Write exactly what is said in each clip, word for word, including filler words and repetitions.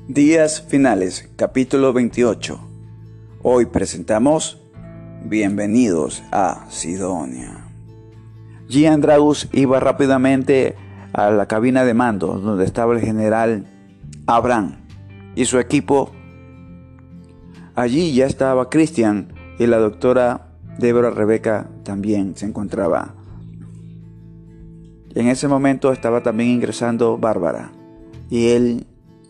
Días finales, capítulo veintiocho. Hoy presentamos Bienvenidos a Sidonia. Jean Dragus iba rápidamente a la cabina de mando donde estaba el general Abraham y su equipo. Allí ya estaba Christian y la doctora Débora Rebeca también se encontraba. En ese momento estaba también ingresando Bárbara y él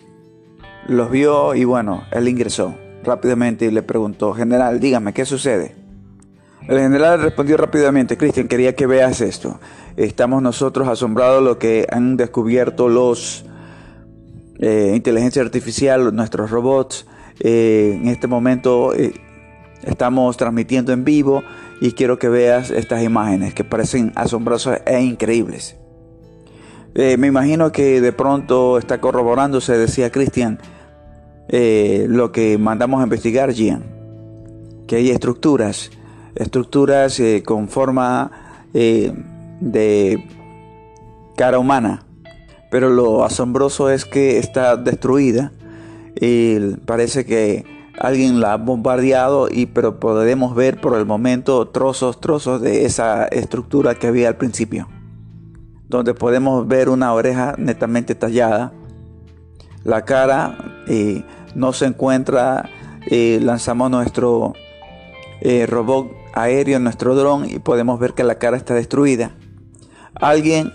los vio y bueno, él ingresó rápidamente y le preguntó: general, dígame, ¿qué sucede? El general respondió rápidamente: Christian, quería que veas esto. Estamos nosotros asombrados de lo que han descubierto los eh, inteligencia artificial, nuestros robots. Eh, en este momento eh, estamos transmitiendo en vivo y quiero que veas estas imágenes que parecen asombrosas e increíbles. Eh, me imagino que de pronto está corroborándose, decía Christian, eh, lo que mandamos a investigar, Jean, que hay estructuras, estructuras eh, con forma eh, de cara humana, pero lo asombroso es que está destruida y parece que alguien la ha bombardeado, y pero podemos ver por el momento trozos, trozos de esa estructura que había al principio, donde podemos ver una oreja netamente tallada, la cara eh, no se encuentra. Eh, lanzamos nuestro eh, robot aéreo, nuestro dron, y podemos ver que la cara está destruida. Alguien,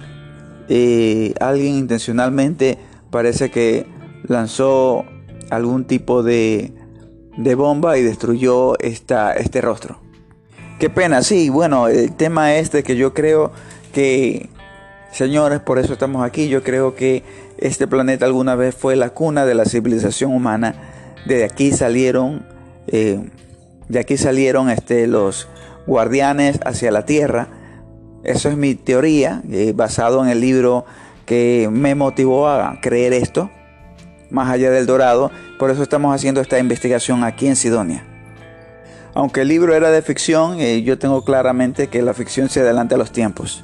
eh, alguien intencionalmente parece que lanzó algún tipo de, de bomba y destruyó esta, este rostro. Qué pena, sí, bueno, el tema es de que yo creo que, señores, por eso estamos aquí. Yo creo que este planeta alguna vez fue la cuna de la civilización humana. De aquí salieron, eh, de aquí salieron este, los guardianes hacia la Tierra. Eso es mi teoría, eh, basado en el libro que me motivó a creer esto, Más allá del Dorado. Por eso estamos haciendo esta investigación aquí en Sidonia. Aunque el libro era de ficción, eh, yo tengo claramente que la ficción se adelanta a los tiempos.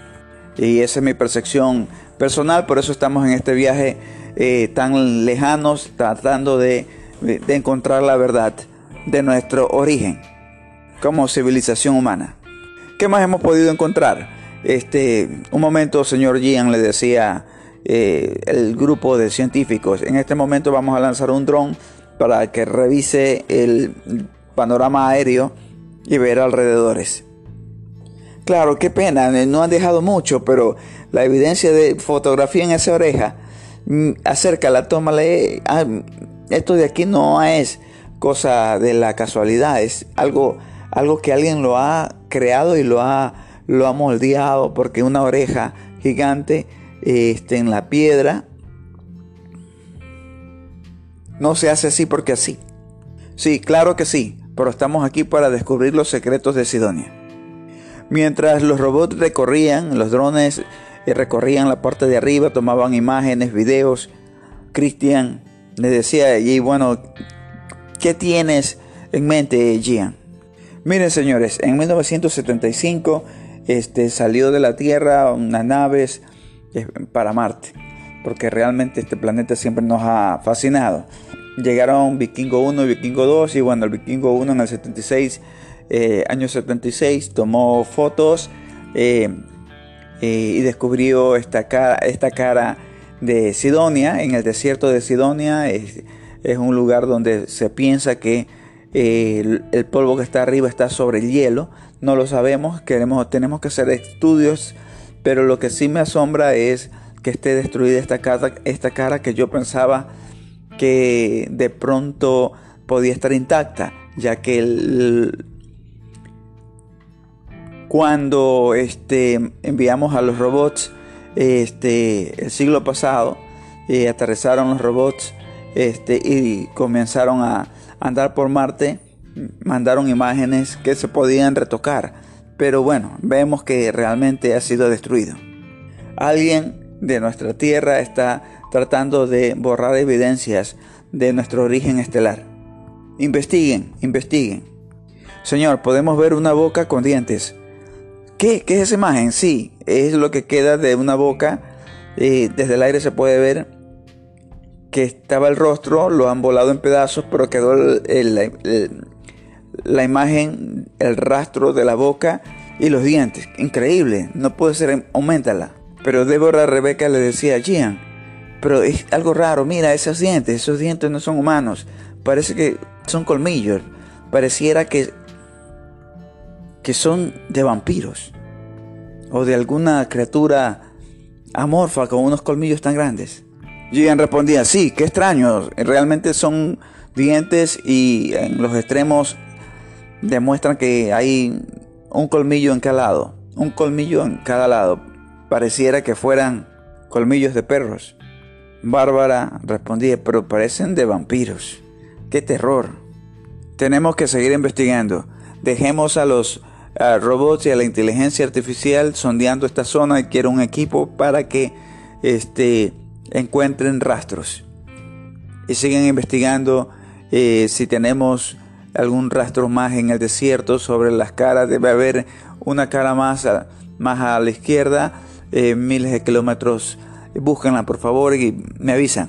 Y esa es mi percepción personal. Por eso estamos en este viaje eh, tan lejanos, tratando de, de, de encontrar la verdad de nuestro origen como civilización humana. ¿Qué más hemos podido encontrar? Este, un momento, señor Jean, le decía eh, el grupo de científicos. En este momento vamos a lanzar un dron para que revise el panorama aéreo y ver alrededores. Claro, qué pena, no han dejado mucho, pero la evidencia de fotografía en esa oreja, acércala, tómale. Ah, esto de aquí no es cosa de la casualidad, es algo, algo que alguien lo ha creado y lo ha, lo ha moldeado, porque una oreja gigante este, en la piedra no se hace así porque así. Sí, claro que sí, pero estamos aquí para descubrir los secretos de Sidonia. Mientras los robots recorrían, los drones eh, recorrían la parte de arriba, tomaban imágenes, videos, Christian le decía: y bueno, ¿qué tienes en mente, Jean? Miren, señores, en mil novecientos setenta y cinco este, salió de la Tierra unas naves eh, para Marte, porque realmente este planeta siempre nos ha fascinado. Llegaron Vikingo uno y Vikingo dos, y bueno, el Vikingo uno en el setenta y seis, eh, año setenta y seis, tomó fotos eh, eh, y descubrió esta cara, esta cara de Sidonia. En el desierto de Sidonia es, es un lugar donde se piensa que eh, el, el polvo que está arriba está sobre el hielo. No lo sabemos, queremos, tenemos que hacer estudios, pero lo que sí me asombra es que esté destruida esta cara, esta cara que yo pensaba que de pronto podía estar intacta, ya que el, cuando este, enviamos a los robots este, el siglo pasado, eh, aterrizaron los robots este, y comenzaron a andar por Marte, mandaron imágenes que se podían retocar, pero bueno, vemos que realmente ha sido destruido. Alguien de nuestra Tierra está tratando de borrar evidencias de nuestro origen estelar. Investiguen, investiguen. Señor, podemos ver una boca con dientes. ¿Qué? ¿Qué es esa imagen? Sí, es lo que queda de una boca. Eh, desde el aire se puede ver que estaba el rostro, lo han volado en pedazos, pero quedó el, el, el, la imagen, el rastro de la boca y los dientes. Increíble, no puede ser, auméntala. Pero Débora Rebeca le decía a Gian, pero es algo raro, mira esos dientes, esos dientes no son humanos, parece que son colmillos, pareciera que, que son de vampiros o de alguna criatura amorfa con unos colmillos tan grandes. Gian respondía, sí, qué extraño, realmente son dientes y en los extremos demuestran que hay un colmillo en cada lado, un colmillo en cada lado, pareciera que fueran colmillos de perros. Bárbara respondía, pero parecen de vampiros, qué terror. Tenemos que seguir investigando, dejemos a los a robots y a la inteligencia artificial sondeando esta zona y quiero un equipo para que este, encuentren rastros y sigan investigando eh, si tenemos algún rastro más en el desierto sobre las caras. Debe haber una cara más a, más a la izquierda, eh, miles de kilómetros. Búsquenla por favor y me avisan.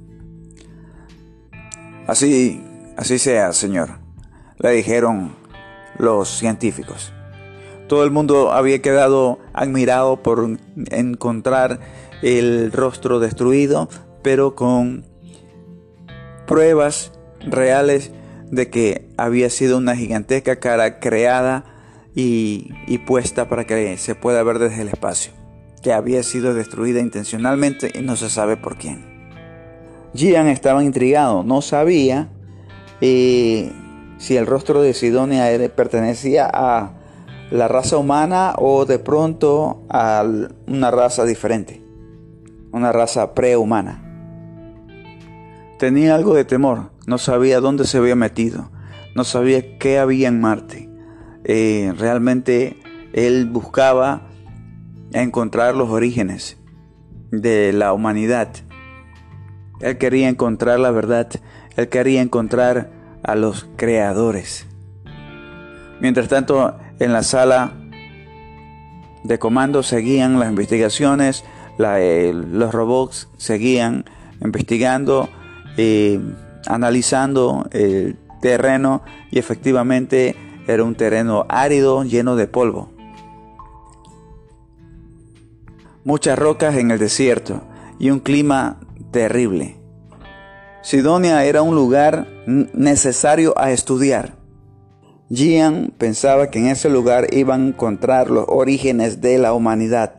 Así, así sea, señor, le dijeron los científicos. Todo el mundo había quedado admirado por encontrar el rostro destruido, pero con pruebas reales de que había sido una gigantesca cara creada y, y puesta para que se pueda ver desde el espacio, que había sido destruida intencionalmente y no se sabe por quién. Gian estaba intrigado, no sabía eh, si el rostro de Sidonia era, pertenecía a la raza humana o de pronto a una raza diferente, una raza prehumana. Tenía algo de temor, no sabía dónde se había metido, no sabía qué había en Marte. Eh, realmente él buscaba encontrar los orígenes de la humanidad. Él quería encontrar la verdad, él quería encontrar a los creadores. Mientras tanto, en la sala de comando seguían las investigaciones, la, eh, los robots seguían investigando, eh, analizando el terreno y efectivamente era un terreno árido lleno de polvo. Muchas rocas en el desierto y un clima terrible. Sidonia era un lugar necesario a estudiar. Gian pensaba que en ese lugar iban a encontrar los orígenes de la humanidad,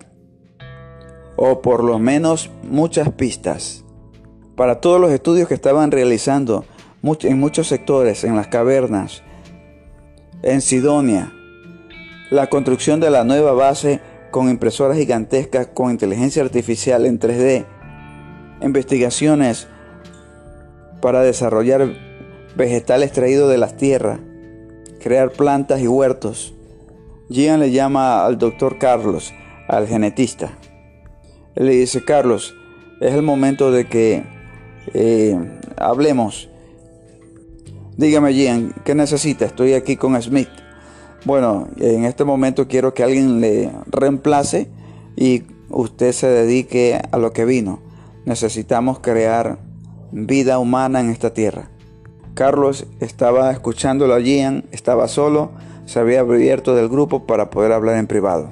o por lo menos muchas pistas. Para todos los estudios que estaban realizando en muchos sectores, en las cavernas, en Sidonia, la construcción de la nueva base con impresoras gigantescas, con inteligencia artificial en tres D, investigaciones para desarrollar vegetales traídos de las tierras, crear plantas y huertos. Gian le llama al doctor Carlos, al genetista. Él le dice, Carlos, es el momento de que eh, hablemos. Dígame, Gian, ¿qué necesita? Estoy aquí con Smith. Bueno, en este momento quiero que alguien le reemplace y usted se dedique a lo que vino. Necesitamos crear vida humana en esta tierra. Carlos estaba escuchándolo a Gian, estaba solo, se había abierto del grupo para poder hablar en privado.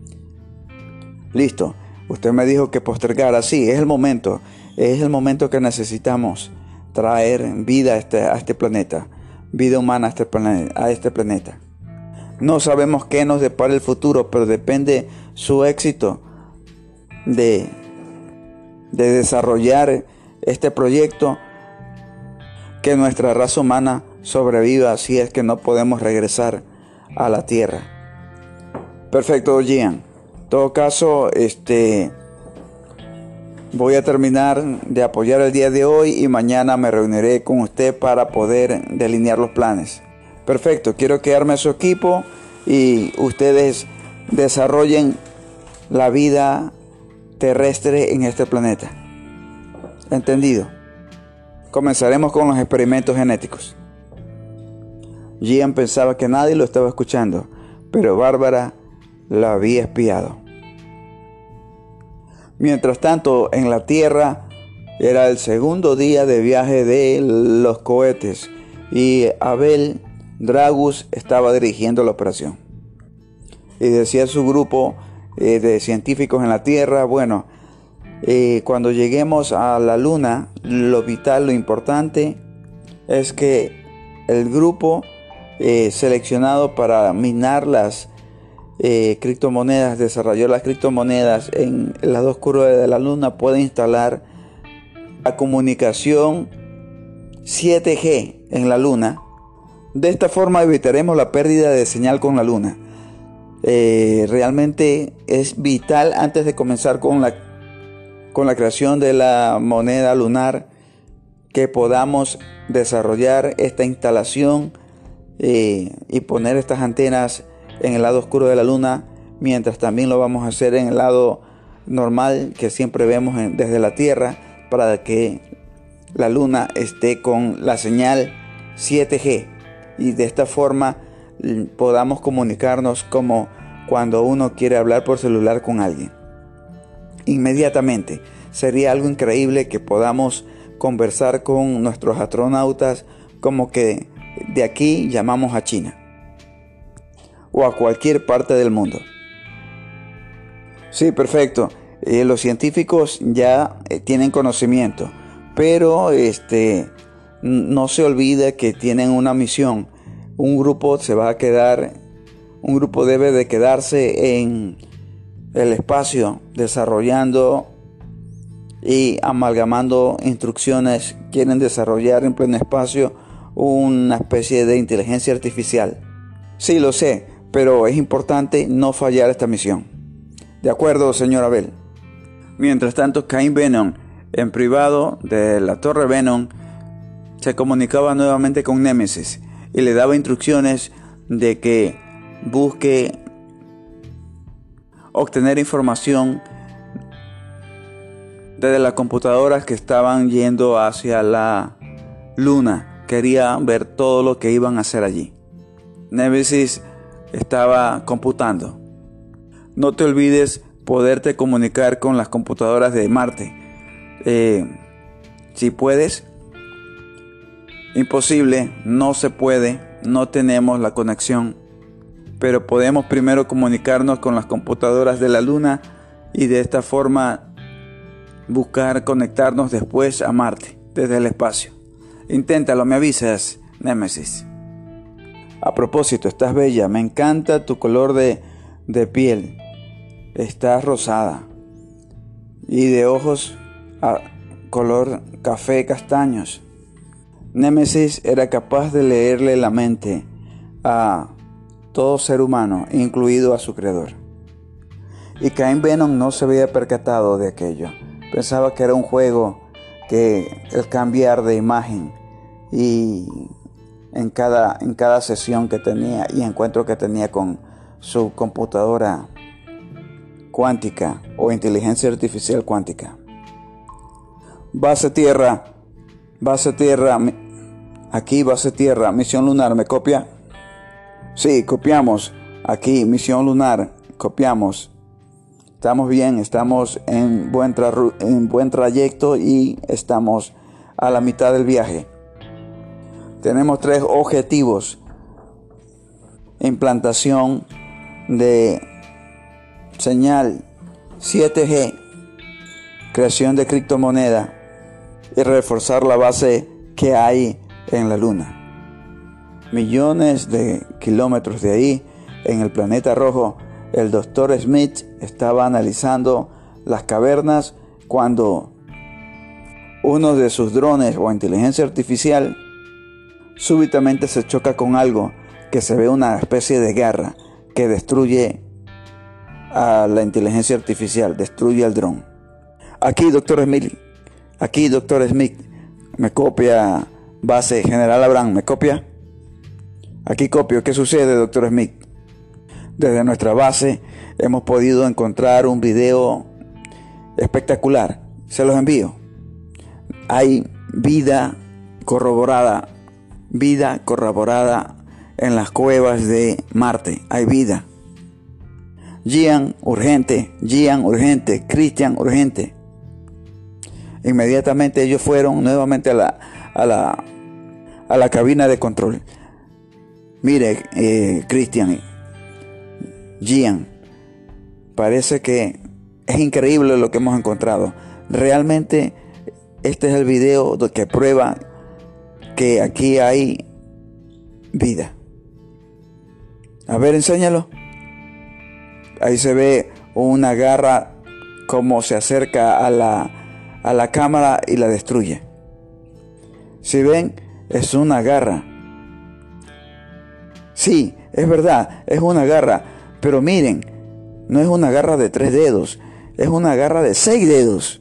Listo, usted me dijo que postergara, sí, es el momento, es el momento que necesitamos traer vida a este, a este planeta, vida humana a este, plane, a este planeta. No sabemos qué nos depara el futuro, pero depende su éxito de, de desarrollar este proyecto, que nuestra raza humana sobreviva si es que no podemos regresar a la Tierra. Perfecto, Gian. En todo caso, este, voy a terminar de apoyar el día de hoy y mañana me reuniré con usted para poder delinear los planes. Perfecto, quiero que arme su equipo y ustedes desarrollen la vida terrestre en este planeta. ¿Entendido? Comenzaremos con los experimentos genéticos. Gian pensaba que nadie lo estaba escuchando, pero Bárbara la había espiado. Mientras tanto, en la Tierra, Era el segundo día de viaje de los cohetes y Abel Dragus estaba dirigiendo la operación. Y decía su grupo eh, de científicos en la Tierra, bueno, eh, cuando lleguemos a la Luna, lo vital, lo importante es que el grupo eh, seleccionado para minar las eh, criptomonedas, desarrollar las criptomonedas en el lado oscuro de la Luna, puede instalar la comunicación siete G en la Luna. De esta forma evitaremos la pérdida de señal con la Luna. Eh, realmente es vital antes de comenzar con la, con la creación de la moneda lunar que podamos desarrollar esta instalación eh, y poner estas antenas en el lado oscuro de la Luna, mientras también lo vamos a hacer en el lado normal que siempre vemos en, desde la Tierra, para que la Luna esté con la señal siete G y de esta forma podamos comunicarnos como cuando uno quiere hablar por celular con alguien. Inmediatamente sería algo increíble que podamos conversar con nuestros astronautas como que de aquí llamamos a China o a cualquier parte del mundo. Sí, perfecto. Eh, los científicos ya eh, tienen conocimiento, pero este, no se olvide que tienen una misión. Un grupo se va a quedar, un grupo debe de quedarse en el espacio desarrollando y amalgamando instrucciones. Quieren desarrollar en pleno espacio una especie de inteligencia artificial. Sí, lo sé, pero es importante no fallar esta misión. De acuerdo, señor Abel. Mientras tanto, Cain Venom, en privado de la Torre Venom, se comunicaba nuevamente con Némesis y le daba instrucciones de que busque obtener información desde las computadoras que estaban yendo hacia la Luna. Quería ver todo lo que iban a hacer allí. Némesis estaba computando. No te olvides poderte comunicar con las computadoras de Marte. Eh, si puedes. Imposible, no se puede, no tenemos la conexión. Pero podemos primero comunicarnos con las computadoras de la Luna y de esta forma buscar conectarnos después a Marte desde el espacio. Inténtalo, me avisas, Némesis. A propósito, estás bella, me encanta tu color de, de piel. Estás rosada y de ojos a color café castaños. Némesis era capaz de leerle la mente a todo ser humano, incluido a su creador. Y Cain Venom no se había percatado de aquello. Pensaba que era un juego, que el cambiar de imagen y en cada, en cada sesión que tenía y encuentro que tenía con su computadora cuántica o inteligencia artificial cuántica. Base Tierra, base Tierra, aquí base Tierra, misión lunar, ¿me copia? Sí, copiamos, aquí misión lunar, copiamos. Estamos bien, estamos en buen, tra- en buen trayecto y estamos a la mitad del viaje. Tenemos tres objetivos: implantación de señal siete G, creación de criptomoneda y reforzar la base que hay en la Luna. Millones de kilómetros de ahí, en el planeta rojo, el doctor Smith estaba analizando las cavernas cuando uno de sus drones o inteligencia artificial súbitamente se choca con algo que se ve una especie de garra que destruye a la inteligencia artificial, destruye al dron. Aquí, doctor Smith, aquí, doctor Smith, me copia base General Abraham, ¿me copia? Aquí copio. ¿Qué sucede, doctor Smith? Desde nuestra base hemos podido encontrar un video espectacular. Se los envío. Hay vida corroborada, vida corroborada en las cuevas de Marte. Hay vida. Gian, urgente. Gian, urgente. Christian, urgente. Inmediatamente ellos fueron nuevamente a la, a la, a la cabina de control. Mire, eh, Christian, Gian, parece que es increíble lo que hemos encontrado. Realmente este es el video que prueba que aquí hay vida. A ver, enséñalo. Ahí se ve una garra como se acerca a la, a la cámara y la destruye. Si ven, es una garra. Sí, es verdad, es una garra. Pero miren, no es una garra de tres dedos, es una garra de seis dedos.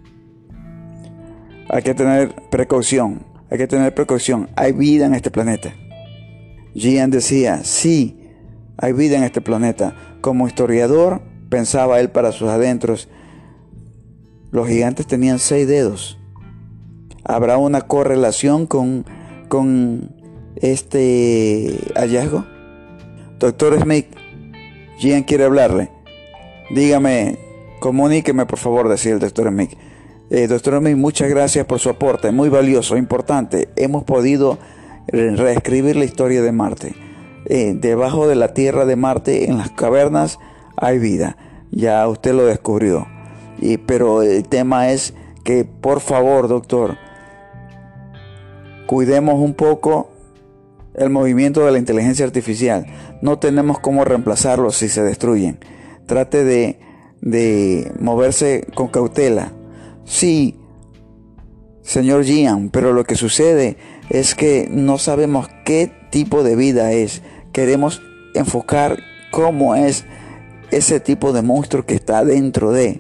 Hay que tener precaución, hay que tener precaución. Hay vida en este planeta. Gian decía, sí, hay vida en este planeta. Como historiador, pensaba él para sus adentros, los gigantes tenían seis dedos. ¿Habrá una correlación con, con este hallazgo? Doctor Smith, Gian quiere hablarle. Dígame, comuníqueme por favor, decía el doctor Smith. Eh, doctor Smith, muchas gracias por su aporte, muy valioso, importante. Hemos podido reescribir la historia de Marte. Eh, debajo de la tierra de Marte, en las cavernas, hay vida. Ya usted lo descubrió. Y, pero el tema es que, por favor, doctor, cuidemos un poco el movimiento de la inteligencia artificial. No tenemos cómo reemplazarlo si se destruyen. Trate de, de moverse con cautela. Sí, señor Gian, pero lo que sucede es que no sabemos qué tipo de vida es. Queremos enfocar cómo es ese tipo de monstruo que está dentro de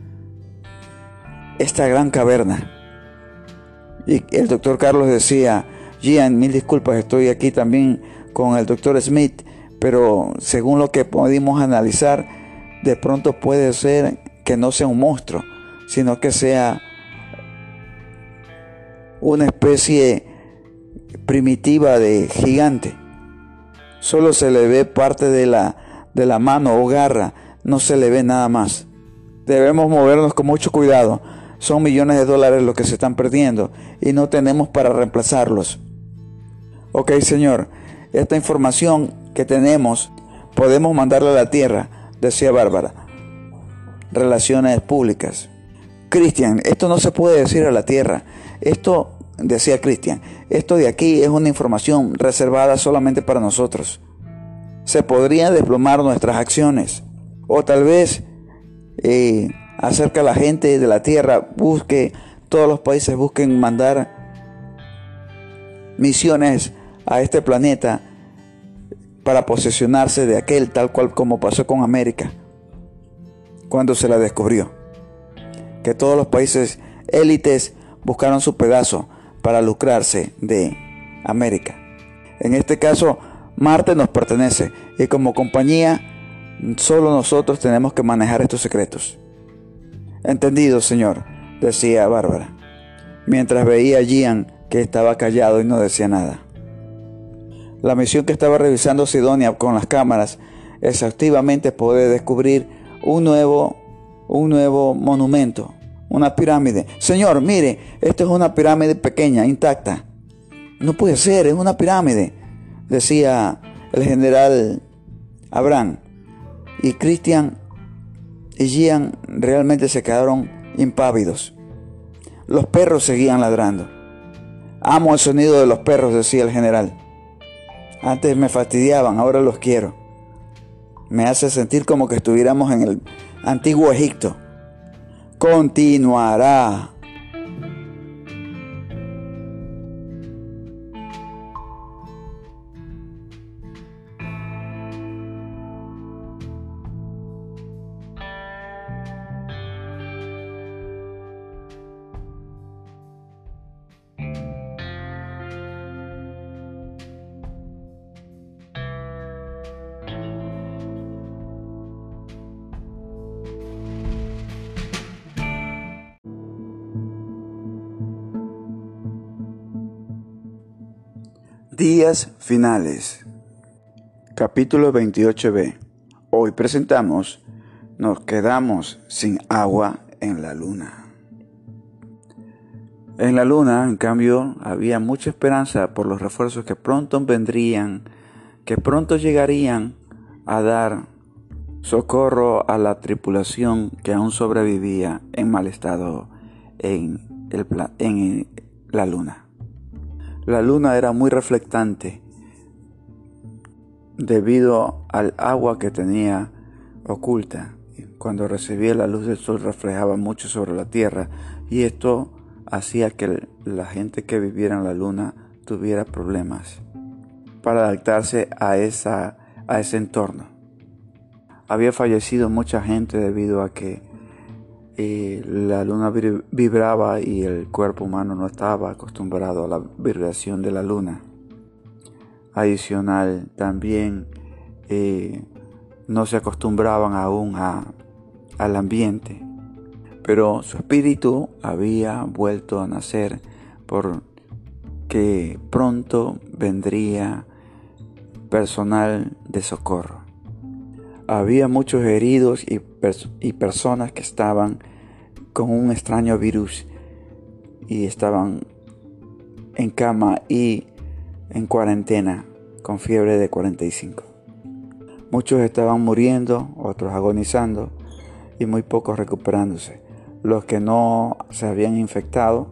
esta gran caverna. Y el doctor Carlos decía, Gian, mil disculpas, estoy aquí también con el doctor Smith, pero según lo que pudimos analizar, de pronto puede ser que no sea un monstruo, sino que sea una especie primitiva de gigante. Solo se le ve parte de la, de la mano o garra, no se le ve nada más. Debemos movernos con mucho cuidado. Son millones de dólares los que se están perdiendo y no tenemos para reemplazarlos. Ok, señor, esta información que tenemos podemos mandarla a la Tierra, decía Bárbara. Relaciones públicas. Christian, esto no se puede decir a la Tierra. Esto, decía Christian, esto de aquí es una información reservada solamente para nosotros. Se podría desplomar nuestras acciones. O tal vez eh, hacer que la gente de la Tierra busque, todos los países busquen mandar misiones a este planeta para posesionarse de aquel, tal cual como pasó con América cuando se la descubrió. Que todos los países élites buscaron su pedazo para lucrarse de América. En este caso, Marte nos pertenece y como compañía, solo nosotros tenemos que manejar estos secretos. Entendido, señor, decía Bárbara, mientras veía a Gian que estaba callado y no decía nada. La misión que estaba revisando Sidonia con las cámaras exhaustivamente puede descubrir un nuevo, un nuevo monumento, una pirámide. Señor, mire, esto es una pirámide pequeña, intacta. No puede ser, es una pirámide, decía el general Abraham. Y Christian y Gian realmente se quedaron impávidos. Los perros seguían ladrando. Amo el sonido de los perros, decía el general. Antes me fastidiaban, ahora los quiero. Me hace sentir como que estuviéramos en el antiguo Egipto. Continuará. Días finales. Capítulo veintiocho b. Hoy presentamos Nos quedamos sin agua en la luna. En la luna, en cambio, había mucha esperanza por los refuerzos que pronto vendrían, que pronto llegarían a dar socorro a la tripulación que aún sobrevivía en mal estado en, el, en la luna. La luna era muy reflectante debido al agua que tenía oculta. Cuando recibía la luz del sol reflejaba mucho sobre la tierra y esto hacía que la gente que viviera en la luna tuviera problemas para adaptarse a, esa, a ese entorno. Había fallecido mucha gente debido a que eh, la luna vibraba y el cuerpo humano no estaba acostumbrado a la vibración de la luna. Adicional, también eh, no se acostumbraban aún a, al ambiente, pero su espíritu había vuelto a nacer porque pronto vendría personal de socorro. Había muchos heridos y, pers- y personas que estaban con un extraño virus y estaban en cama y en cuarentena con fiebre de cuarenta y cinco. Muchos estaban muriendo, otros agonizando y muy pocos recuperándose. Los que no se habían infectado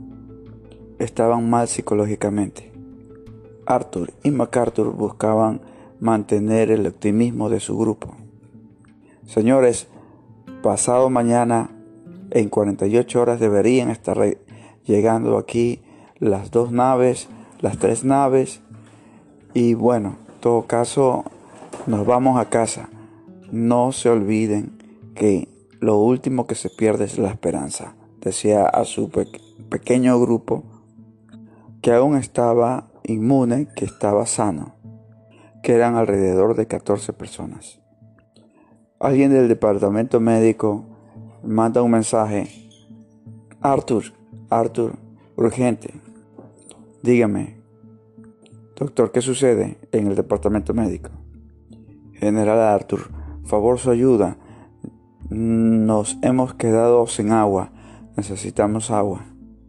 estaban mal psicológicamente. Arthur y MacArthur buscaban mantener el optimismo de su grupo. Señores, pasado mañana en cuarenta y ocho horas deberían estar llegando aquí las dos naves, las tres naves y bueno, en todo caso nos vamos a casa. No se olviden que lo último que se pierde es la esperanza, decía a su pe- pequeño grupo que aún estaba inmune, que estaba sano, que eran alrededor de catorce personas. Alguien del departamento médico manda un mensaje. Arthur, Arthur, urgente. Dígame, doctor, ¿qué sucede en el departamento médico? General Arthur, favor su ayuda. Nos hemos quedado sin agua. Necesitamos agua.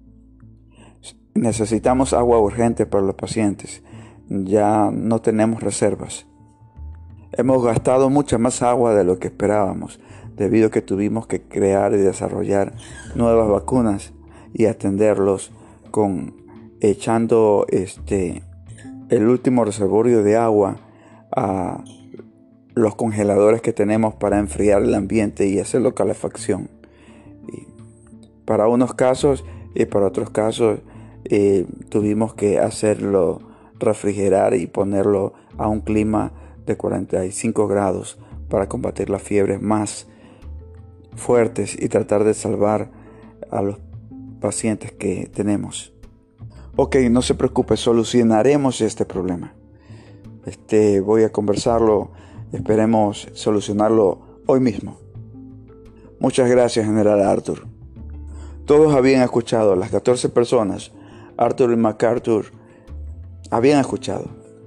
Necesitamos agua urgente para los pacientes. Ya no tenemos reservas. Hemos gastado mucha más agua de lo que esperábamos, debido a que tuvimos que crear y desarrollar nuevas vacunas y atenderlos con echando este el último reservorio de agua a los congeladores que tenemos para enfriar el ambiente y hacerlo calefacción. Y para unos casos y para otros casos eh, tuvimos que hacerlo refrigerar y ponerlo a un clima de cuarenta y cinco grados para combatir las fiebres más fuertes y tratar de salvar a los pacientes que tenemos. Ok, no se preocupe, solucionaremos este problema. Este, voy a conversarlo, esperemos solucionarlo hoy mismo. Muchas gracias, General Arthur. Todos habían escuchado, las catorce personas, Arthur y MacArthur, habían escuchado.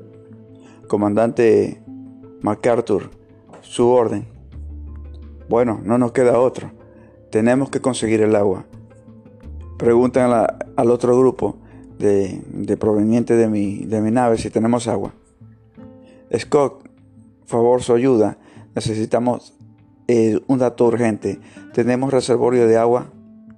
Comandante MacArthur, su orden. Bueno, no nos queda otro. Tenemos que conseguir el agua. Preguntan a la, al otro grupo de, de proveniente de mi, de mi nave si tenemos agua. Scott, favor su ayuda. Necesitamos eh, un dato urgente. ¿Tenemos reservorio de agua?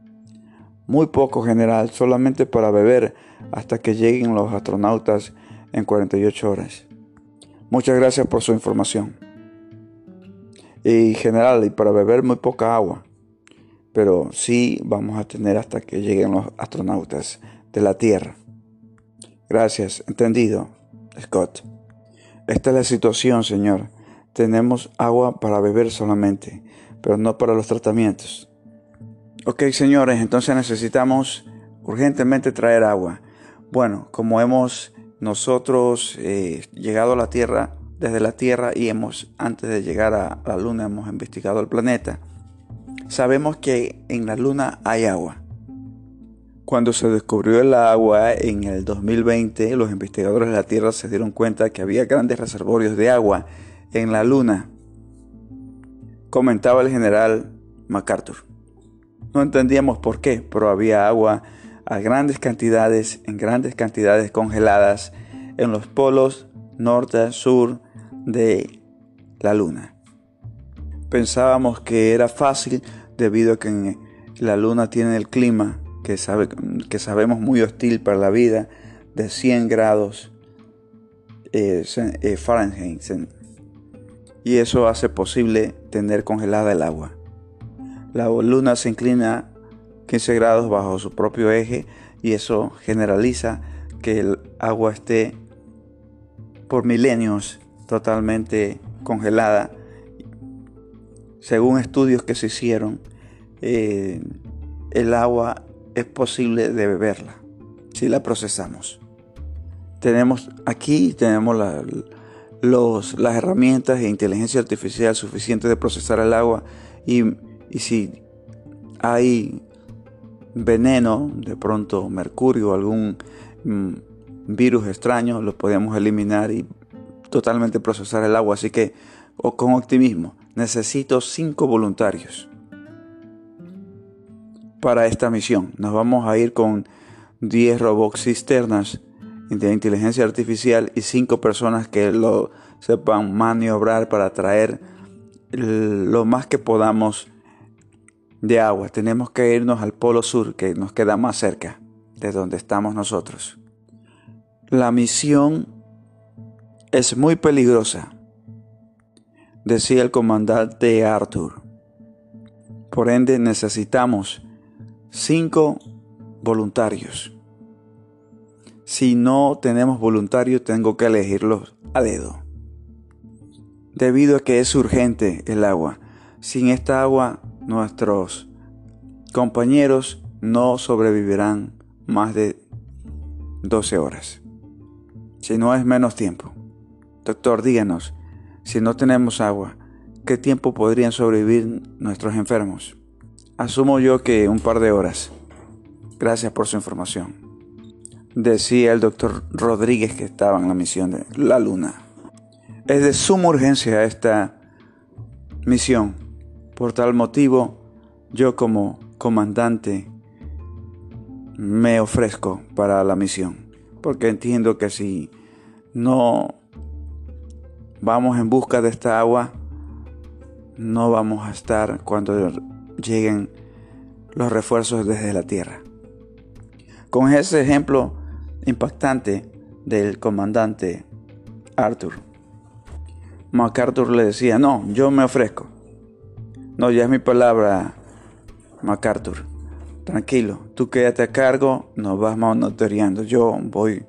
Muy poco, general, solamente para beber hasta que lleguen los astronautas en cuarenta y ocho horas. Muchas gracias por su información. Y general, y para beber muy poca agua. Pero sí vamos a tener hasta que lleguen los astronautas de la Tierra. Gracias, entendido, Scott. Esta es la situación, señor. Tenemos agua para beber solamente, pero no para los tratamientos. Ok, señores, entonces necesitamos urgentemente traer agua. Bueno, como hemos nosotros eh, llegado a la Tierra, desde la Tierra y hemos, antes de llegar a la Luna, hemos investigado el planeta. Sabemos que en la Luna hay agua. Cuando se descubrió el agua en el dos mil veinte, los investigadores de la Tierra se dieron cuenta que había grandes reservorios de agua en la Luna, comentaba el general MacArthur. No entendíamos por qué, pero había agua a grandes cantidades, en grandes cantidades congeladas en los polos norte, sur de la Luna. Pensábamos que era fácil debido a que la Luna tiene el clima que, sabe, que sabemos muy hostil para la vida de cien grados eh, eh, Fahrenheit, y eso hace posible tener congelada el agua. La Luna se inclina quince grados bajo su propio eje y eso generaliza que el agua esté por milenios totalmente congelada. Según estudios que se hicieron, eh, el agua es posible de beberla si la procesamos. Tenemos aquí tenemos la, los, las herramientas de inteligencia artificial suficientes de procesar el agua, y, y si hay veneno, de pronto mercurio, algún mm, virus extraño, lo podemos eliminar y totalmente procesar el agua. Así que, o con optimismo, necesito cinco voluntarios para esta misión. Nos vamos a ir con diez robots cisternas de inteligencia artificial y cinco personas que lo sepan maniobrar para traer lo más que podamos de agua. Tenemos que irnos al polo sur, que nos queda más cerca de donde estamos nosotros. La misión es muy peligrosa, decía el comandante Arthur. Por ende, necesitamos cinco voluntarios. Si no tenemos voluntarios, tengo que elegirlos a dedo, debido a que es urgente el agua. Sin esta agua, nuestros compañeros no sobrevivirán más de doce horas, si no es menos tiempo. Doctor, díganos, si no tenemos agua, ¿qué tiempo podrían sobrevivir nuestros enfermos? Asumo yo que un par de horas. Gracias por su información, decía el doctor Rodríguez, que estaba en la misión de la Luna. Es de suma urgencia esta misión. Por tal motivo, yo como comandante me ofrezco para la misión, porque entiendo que si no vamos en busca de esta agua, no vamos a estar cuando lleguen los refuerzos desde la Tierra. Con ese ejemplo impactante del comandante Arthur, MacArthur le decía: no, yo me ofrezco. No, ya es mi palabra, MacArthur. Tranquilo, tú quédate a cargo, nos vas monitoreando. Yo voy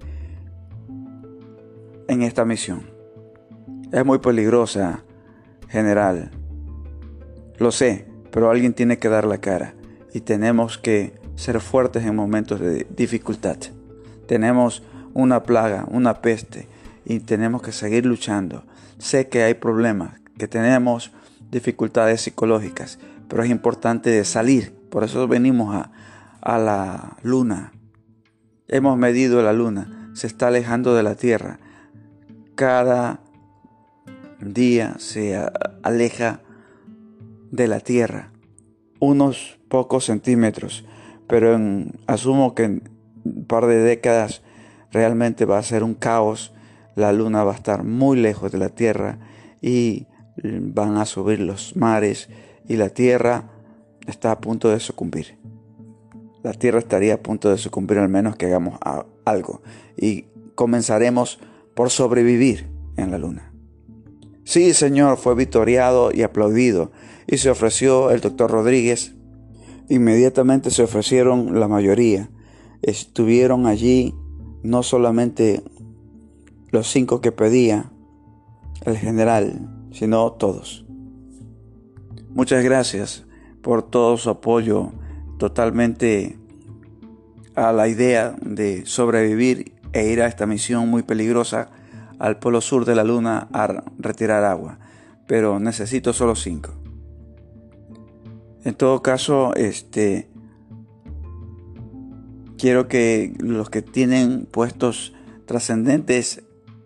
en esta misión. Es muy peligrosa, general. Lo sé, pero alguien tiene que dar la cara. Y tenemos que ser fuertes en momentos de dificultad. Tenemos una plaga, una peste, y tenemos que seguir luchando. Sé que hay problemas, que tenemos dificultades psicológicas, pero es importante salir. Por eso venimos a, a la Luna. Hemos medido la Luna, se está alejando de la Tierra. Cada día se aleja de la Tierra unos pocos centímetros, pero en, asumo que en un par de décadas realmente va a ser un caos. La Luna va a estar muy lejos de la Tierra y van a subir los mares y la Tierra está a punto de sucumbir. La Tierra estaría a punto de sucumbir, al menos que hagamos algo, y comenzaremos por sobrevivir en la Luna. Sí, señor, fue victoriado y aplaudido, y se ofreció el doctor Rodríguez. Inmediatamente se ofrecieron la mayoría. Estuvieron allí no solamente los cinco que pedía el general, sino todos. Muchas gracias por todo su apoyo, totalmente a la idea de sobrevivir e ir a esta misión muy peligrosa al polo sur de la Luna a retirar agua. Pero necesito solo cinco. En todo caso, este, quiero que los que tienen puestos trascendentes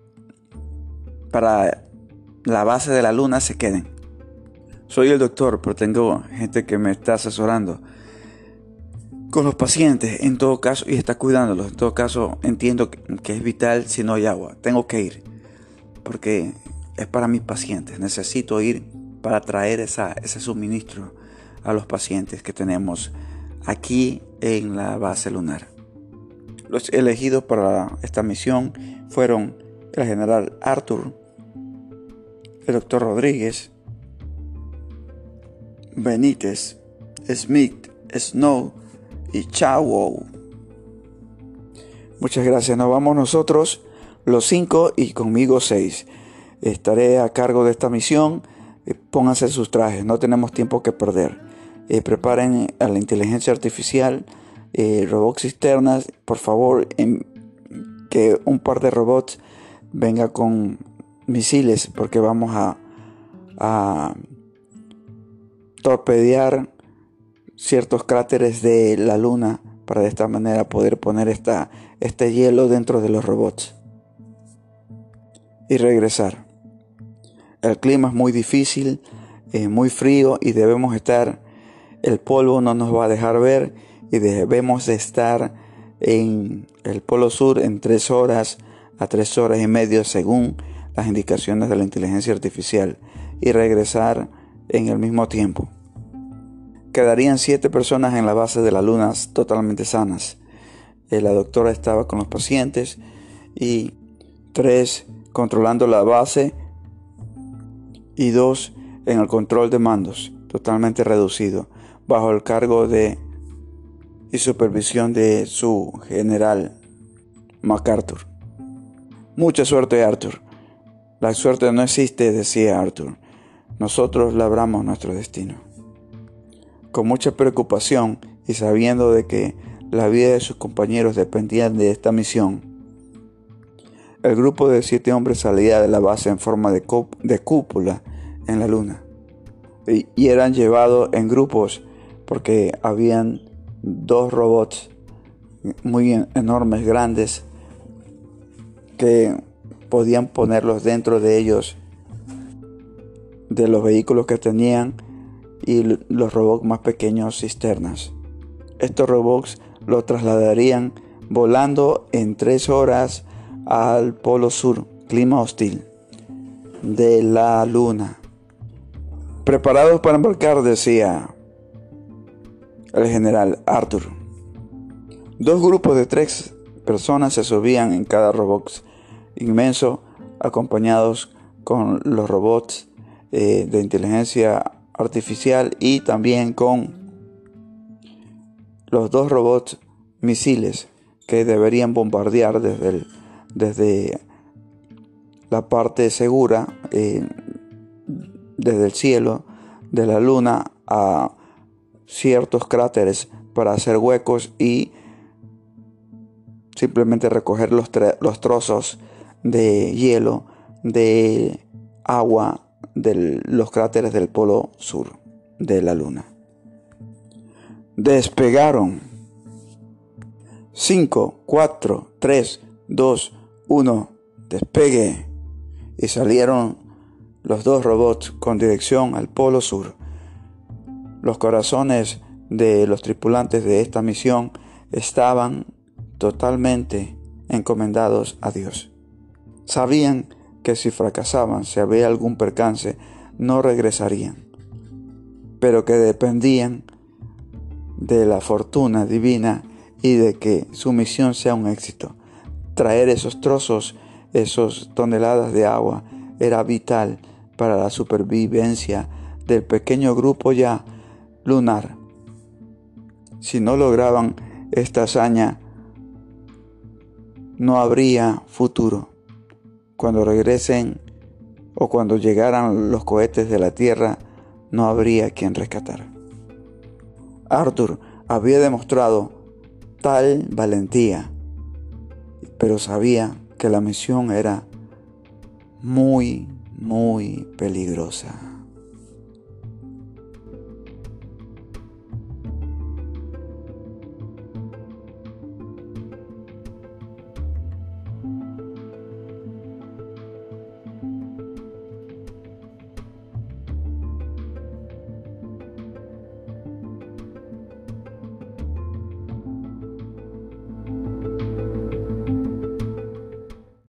para la base de la Luna se queden. Soy el doctor, pero tengo gente que me está asesorando. con los pacientes en todo caso y está cuidándolos. En todo caso, entiendo que, que es vital si no hay agua. Tengo que ir porque es para mis pacientes. Necesito ir para traer esa, ese suministro a los pacientes que tenemos aquí en la base lunar. Los elegidos para esta misión fueron el general Arthur, el doctor Rodríguez, Benítez, Smith, Snow y Chao. Muchas gracias. Nos vamos nosotros los cinco y conmigo seis. Estaré a cargo de esta misión. Eh, pónganse sus trajes, no tenemos tiempo que perder. Eh, preparen a la inteligencia artificial, eh, robots cisternas, por favor, en, que un par de robots venga con misiles, porque vamos a, a torpedear ciertos cráteres de la luna para de esta manera poder poner esta, este hielo dentro de los robots y regresar. El clima es muy difícil, eh, muy frío y debemos estar, el polvo no nos va a dejar ver y debemos de estar en el polo sur en tres horas a tres horas y media según las indicaciones de la inteligencia artificial y regresar en el mismo tiempo. Quedarían siete personas en la base de la luna totalmente sanas. Eh, la doctora estaba con los pacientes y tres controlando la base y dos en el control de mandos, totalmente reducido, bajo el cargo de y supervisión de su general MacArthur. Mucha suerte, Arthur. La suerte no existe, decía Arthur. Nosotros labramos nuestro destino. Con mucha preocupación y sabiendo de que la vida de sus compañeros dependían de esta misión, el grupo de siete hombres salía de la base en forma de, cúp- de cúpula en la luna y, y eran llevados en grupos porque habían dos robots muy en- enormes, grandes, que podían ponerlos dentro de ellos, de los vehículos que tenían, y los robots más pequeños cisternas. Estos robots lo trasladarían volando en tres horas al polo sur, clima hostil de la luna. Preparados para embarcar, decía el general Arthur. Dos grupos de tres personas se subían en cada robot inmenso, acompañados con los robots eh, de inteligencia artificial y también con los dos robots misiles que deberían bombardear desde, el, desde la parte segura, eh, desde el cielo de la luna a ciertos cráteres para hacer huecos y simplemente recoger los, tre- los trozos de hielo, de agua de los cráteres del polo sur de la luna. Despegaron. cinco, cuatro, tres, dos, uno, despegue. Y salieron los dos robots con dirección al polo sur. Los corazones de los tripulantes de esta misión estaban totalmente encomendados a Dios. Sabían que si fracasaban, si había algún percance, no regresarían, pero que dependían de la fortuna divina y de que su misión sea un éxito. Traer esos trozos, esas toneladas de agua, era vital para la supervivencia del pequeño grupo ya lunar. Si no lograban esta hazaña, no habría futuro. Cuando regresen o cuando llegaran los cohetes de la Tierra, no habría quien rescatar. Arthur había demostrado tal valentía, pero sabía que la misión era muy, muy peligrosa.